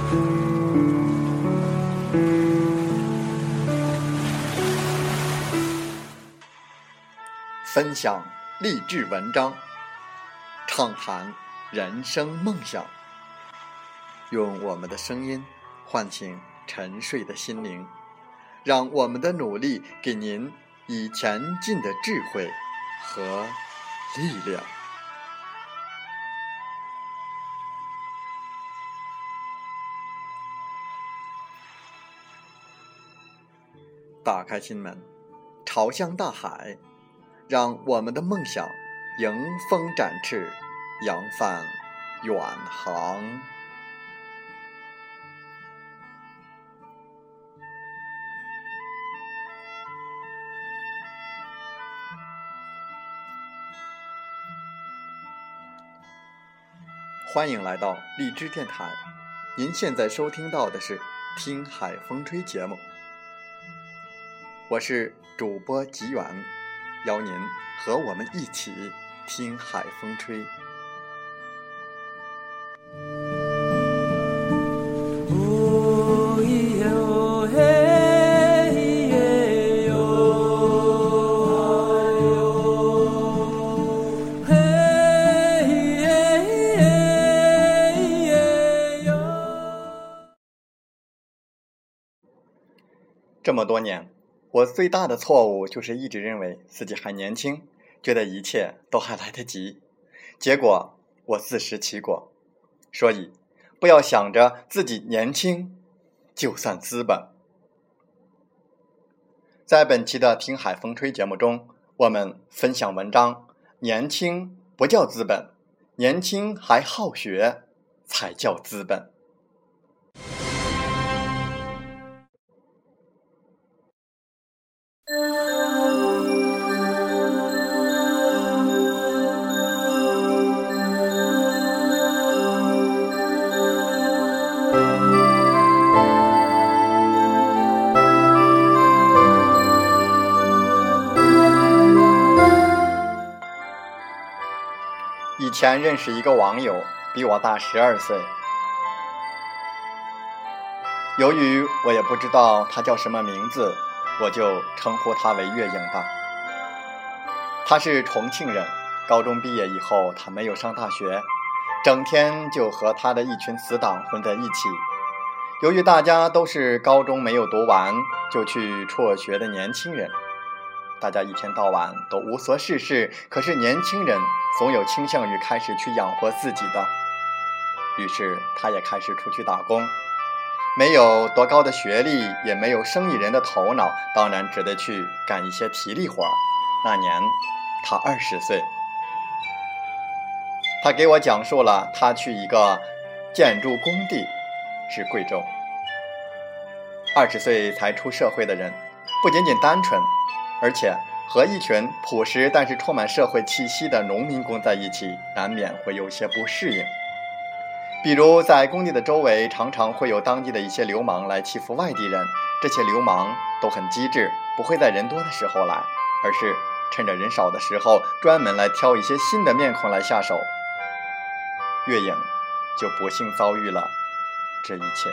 分享励志文章，畅谈人生梦想，用我们的声音唤醒沉睡的心灵，让我们的努力给您以前进的智慧和力量。打开心门，朝向大海，让我们的梦想迎风展翅，扬帆远航。欢迎来到荔枝电台，您现在收听到的是听海风吹节目，我是主播吉远，邀您和我们一起听海风吹。这么多年，我最大的错误就是一直认为自己还年轻，觉得一切都还来得及。结果我自食其果。所以不要想着自己年轻就算资本。在本期的听海风吹节目中，我们分享文章，年轻不叫资本，年轻还好学才叫资本。以前认识一个网友，比我大12岁。由于我也不知道他叫什么名字，我就称呼他为月影吧。他是重庆人，高中毕业以后他没有上大学，整天就和他的一群死党混在一起。由于大家都是高中没有读完就去辍学的年轻人，大家一天到晚都无所事事，可是年轻人总有倾向于开始去养活自己的。于是他也开始出去打工，没有多高的学历，也没有生意人的头脑，当然只得去干一些体力活。那年他20岁，他给我讲述了他去一个建筑工地，是贵州。20岁才出社会的人，不仅仅单纯，而且和一群朴实但是充满社会气息的农民工在一起，难免会有些不适应。比如在工地的周围常常会有当地的一些流氓来欺负外地人，这些流氓都很机智，不会在人多的时候来，而是趁着人少的时候专门来挑一些新的面孔来下手。月影就不幸遭遇了这一切。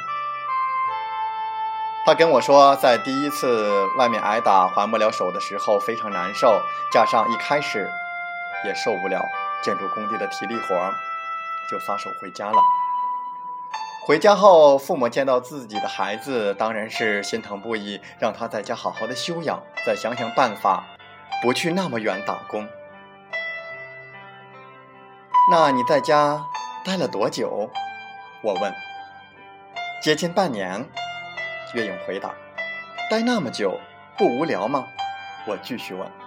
他跟我说，在第一次外面挨打还不了手的时候非常难受，加上一开始也受不了建筑工地的体力活，就撒手回家了。回家后，父母见到自己的孩子当然是心疼不已，让他在家好好的休养，再想想办法不去那么远打工。那你在家待了多久？我问。接近半年。月影回答。待那么久不无聊吗？我继续问。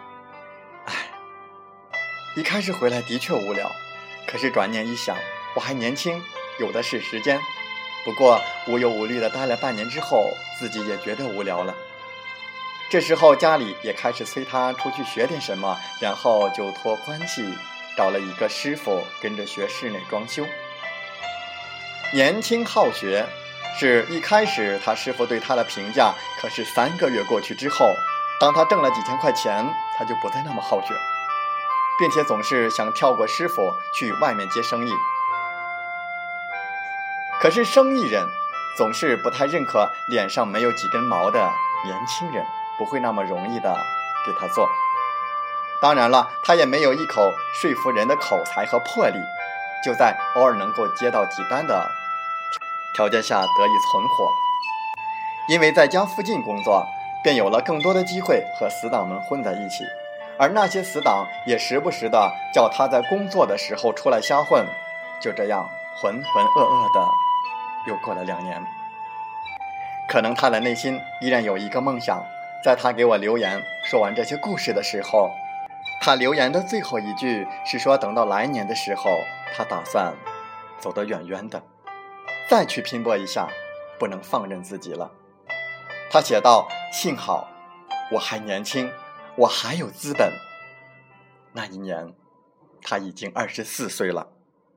一开始回来的确无聊，可是转念一想，我还年轻，有的是时间。不过无忧无虑的待了半年之后，自己也觉得无聊了。这时候家里也开始催他出去学点什么，然后就托关系找了一个师傅跟着学室内装修。年轻好学是一开始他师傅对他的评价，可是3个月过去之后，当他挣了几千块钱，他就不再那么好学，并且总是想跳过师傅去外面接生意。可是生意人总是不太认可脸上没有几根毛的年轻人，不会那么容易的给他做。当然了，他也没有一口说服人的口才和魄力，就在偶尔能够接到几单的条件下得以存活。因为在家附近工作，便有了更多的机会和死党们混在一起，而那些死党也时不时的叫他在工作的时候出来瞎混。就这样浑浑噩噩的又过了2年。可能他的内心依然有一个梦想，在他给我留言说完这些故事的时候，他留言的最后一句是说等到来年的时候，他打算走得远远的，再去拼搏一下，不能放任自己了。他写道，幸好我还年轻，我还有资本。那一年他已经24岁了。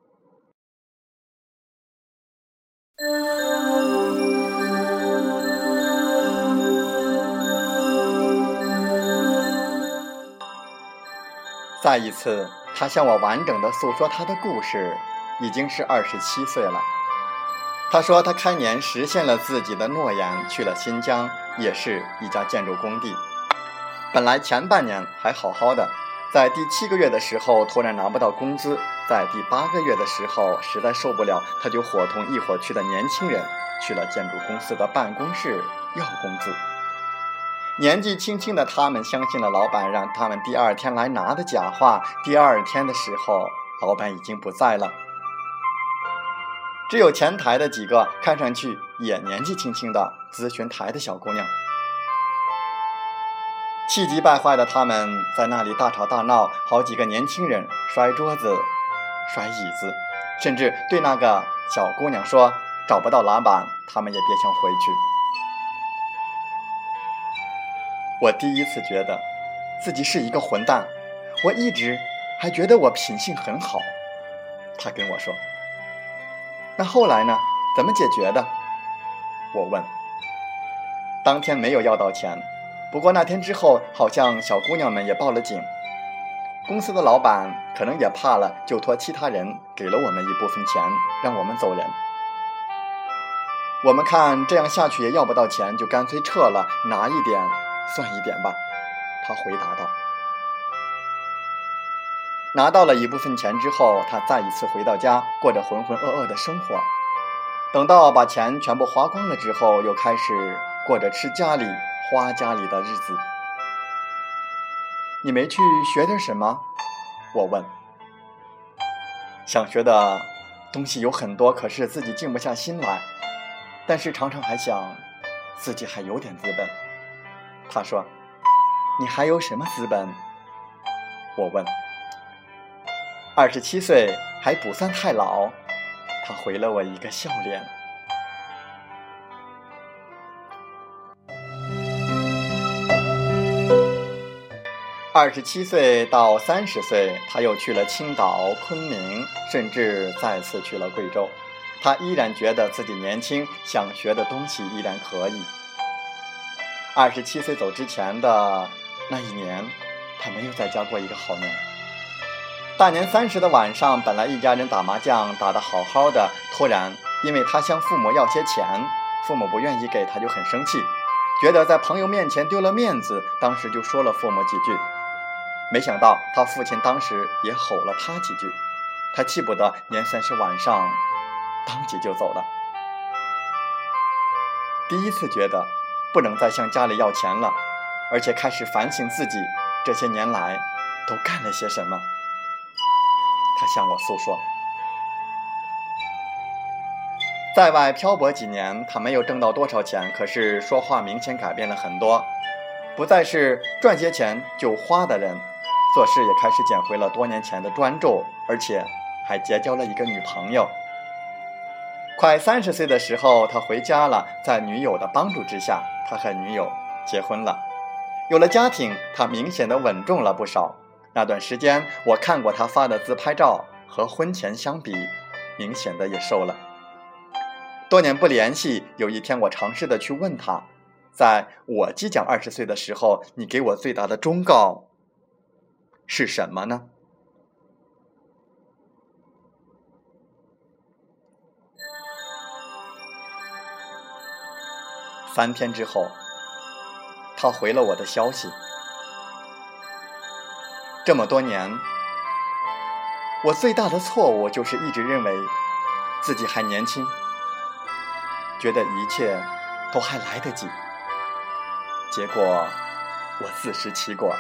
再一次，他向我完整的诉说他的故事，已经是27岁了。他说他开年实现了自己的诺言，去了新疆，也是一家建筑工地。本来前半年还好好的，在第7个月的时候突然拿不到工资，在第8个月的时候实在受不了，他就伙同一伙去的年轻人去了建筑公司的办公室要工资。年纪轻轻的他们相信了老板让他们第2天来拿的假话，第2天的时候老板已经不在了，只有前台的几个看上去也年纪轻轻的咨询台的小姑娘。气急败坏的他们在那里大吵大闹，好几个年轻人摔桌子摔椅子，甚至对那个小姑娘说找不到老板他们也别想回去。我第一次觉得自己是一个混蛋，我一直还觉得我品性很好。他跟我说，那后来呢？怎么解决的？我问。当天没有要到钱，不过那天之后好像小姑娘们也报了警，公司的老板可能也怕了，就托其他人给了我们一部分钱，让我们走人。我们看这样下去也要不到钱，就干脆撤了，拿一点算一点吧，他回答道。拿到了一部分钱之后，他再一次回到家，过着浑浑噩噩的生活。等到把钱全部花光了之后，又开始过着吃家里花家里的日子。你没去学点什么？我问。想学的东西有很多，可是自己静不下心来，但是常常还想自己还有点资本。他说，你还有什么资本？我问。27岁还不算太老，他回了我一个笑脸。27岁到30岁，他又去了青岛、昆明，甚至再次去了贵州。他依然觉得自己年轻，想学的东西依然可以。27岁走之前的那一年，他没有在家过一个好年。大年30的晚上，本来一家人打麻将打得好好的，突然因为他向父母要些钱，父母不愿意给，他就很生气，觉得在朋友面前丢了面子，当时就说了父母几句。没想到他父亲当时也吼了他几句，他气不得，年30晚上当即就走了。第一次觉得不能再向家里要钱了，而且开始反省自己这些年来都干了些什么。他向我诉说，在外漂泊几年，他没有挣到多少钱，可是说话明显改变了很多，不再是赚些钱就花的人，做事也开始捡回了多年前的专注，而且还结交了一个女朋友。快30岁的时候，他回家了，在女友的帮助之下，他和女友结婚了，有了家庭，他明显的稳重了不少。那段时间我看过他发的自拍照，和婚前相比，明显的也瘦了。多年不联系，有一天我尝试的去问他，在我即将20岁的时候，你给我最大的忠告是什么呢？ 3天之后，他回了我的消息。这么多年，我最大的错误就是一直认为自己还年轻，觉得一切都还来得及，结果我自食其果。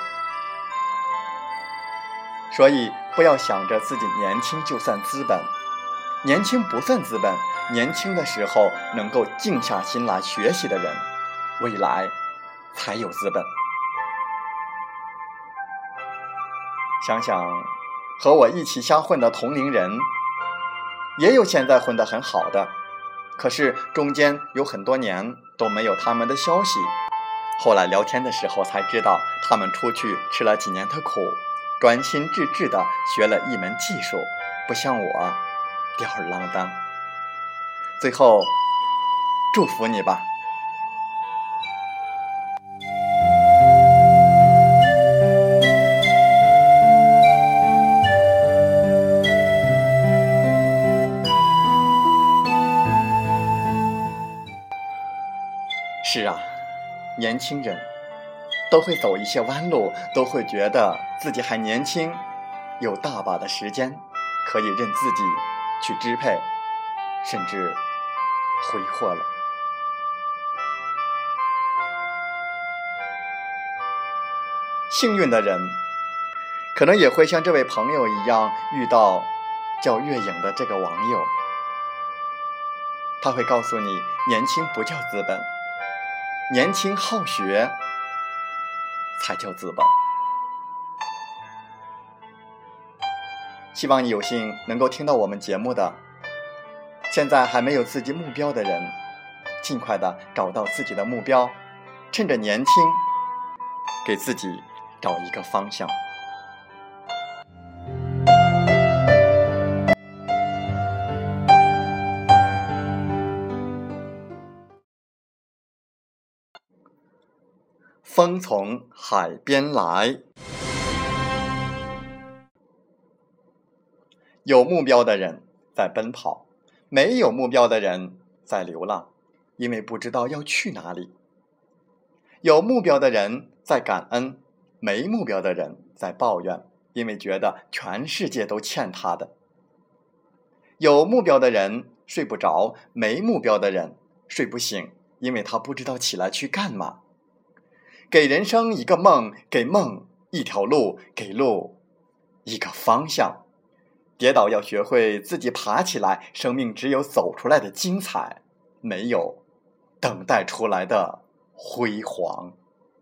所以不要想着自己年轻就算资本，年轻不算资本，年轻的时候能够静下心来学习的人，未来才有资本。想想和我一起瞎混的同龄人，也有现在混得很好的，可是中间有很多年都没有他们的消息。后来聊天的时候才知道，他们出去吃了几年的苦，专心致志地学了一门技术，不像我吊儿郎当。最后祝福你吧。是啊，年轻人都会走一些弯路，都会觉得自己还年轻，有大把的时间可以任自己去支配，甚至挥霍了。幸运的人可能也会像这位朋友一样遇到叫月影的这个网友，他会告诉你，年轻不叫资本，年轻好学才叫资本。希望你有幸能够听到我们节目的，现在还没有自己目标的人，尽快的找到自己的目标，趁着年轻给自己找一个方向。风从海边来。有目标的人在奔跑，没有目标的人在流浪，因为不知道要去哪里。有目标的人在感恩，没目标的人在抱怨，因为觉得全世界都欠他的。有目标的人睡不着，没目标的人睡不醒，因为他不知道起来去干嘛。给人生一个梦，给梦一条路，给路一个方向。跌倒要学会自己爬起来，生命只有走出来的精彩，没有等待出来的辉煌。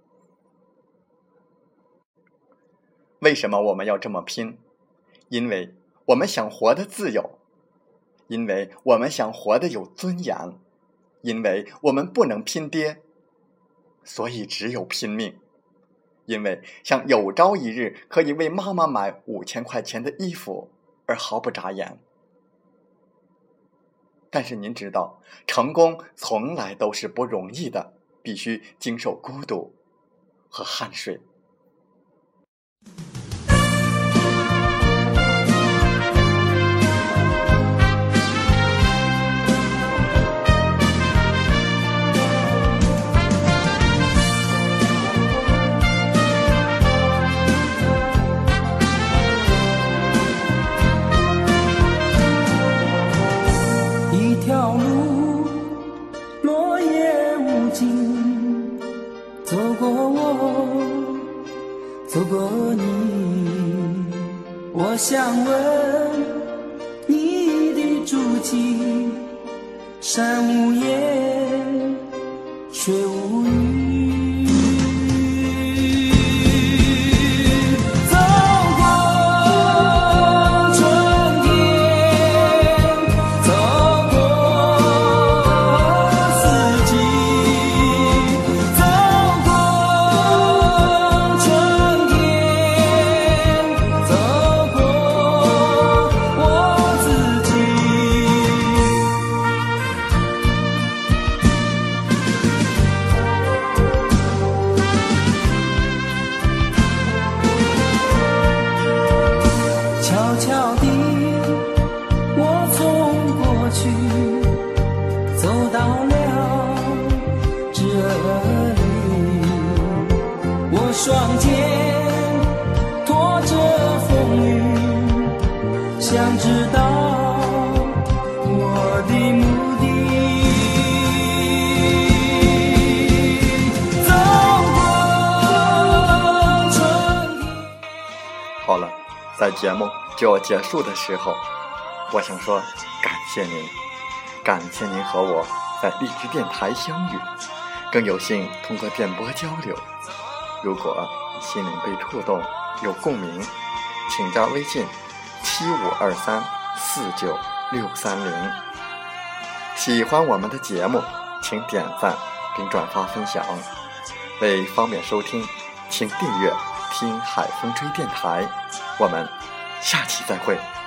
为什么我们要这么拼？因为我们想活得自由，因为我们想活得有尊严，因为我们不能拼爹，所以只有拼命。因为想有朝一日可以为妈妈买5000块钱的衣服而毫不眨眼。但是您知道，成功从来都是不容易的，必须经受孤独和汗水。 走过你，我想问你的足迹，山无言，水无语。走过春天，走过四季，走过春天，走过我自己。悄悄地，我从过去走到了，只里，我双肩拖着风雨，想知道我的目的。走过春天。 好了，在节目就要结束的时候，我想说感谢您，感谢您和我在荔枝电台相遇，更有幸通过电波交流。如果心灵被触动，有共鸣，请加微信7523496630。喜欢我们的节目，请点赞并转发分享。为方便收听，请订阅听海风吹电台。我们下期再会。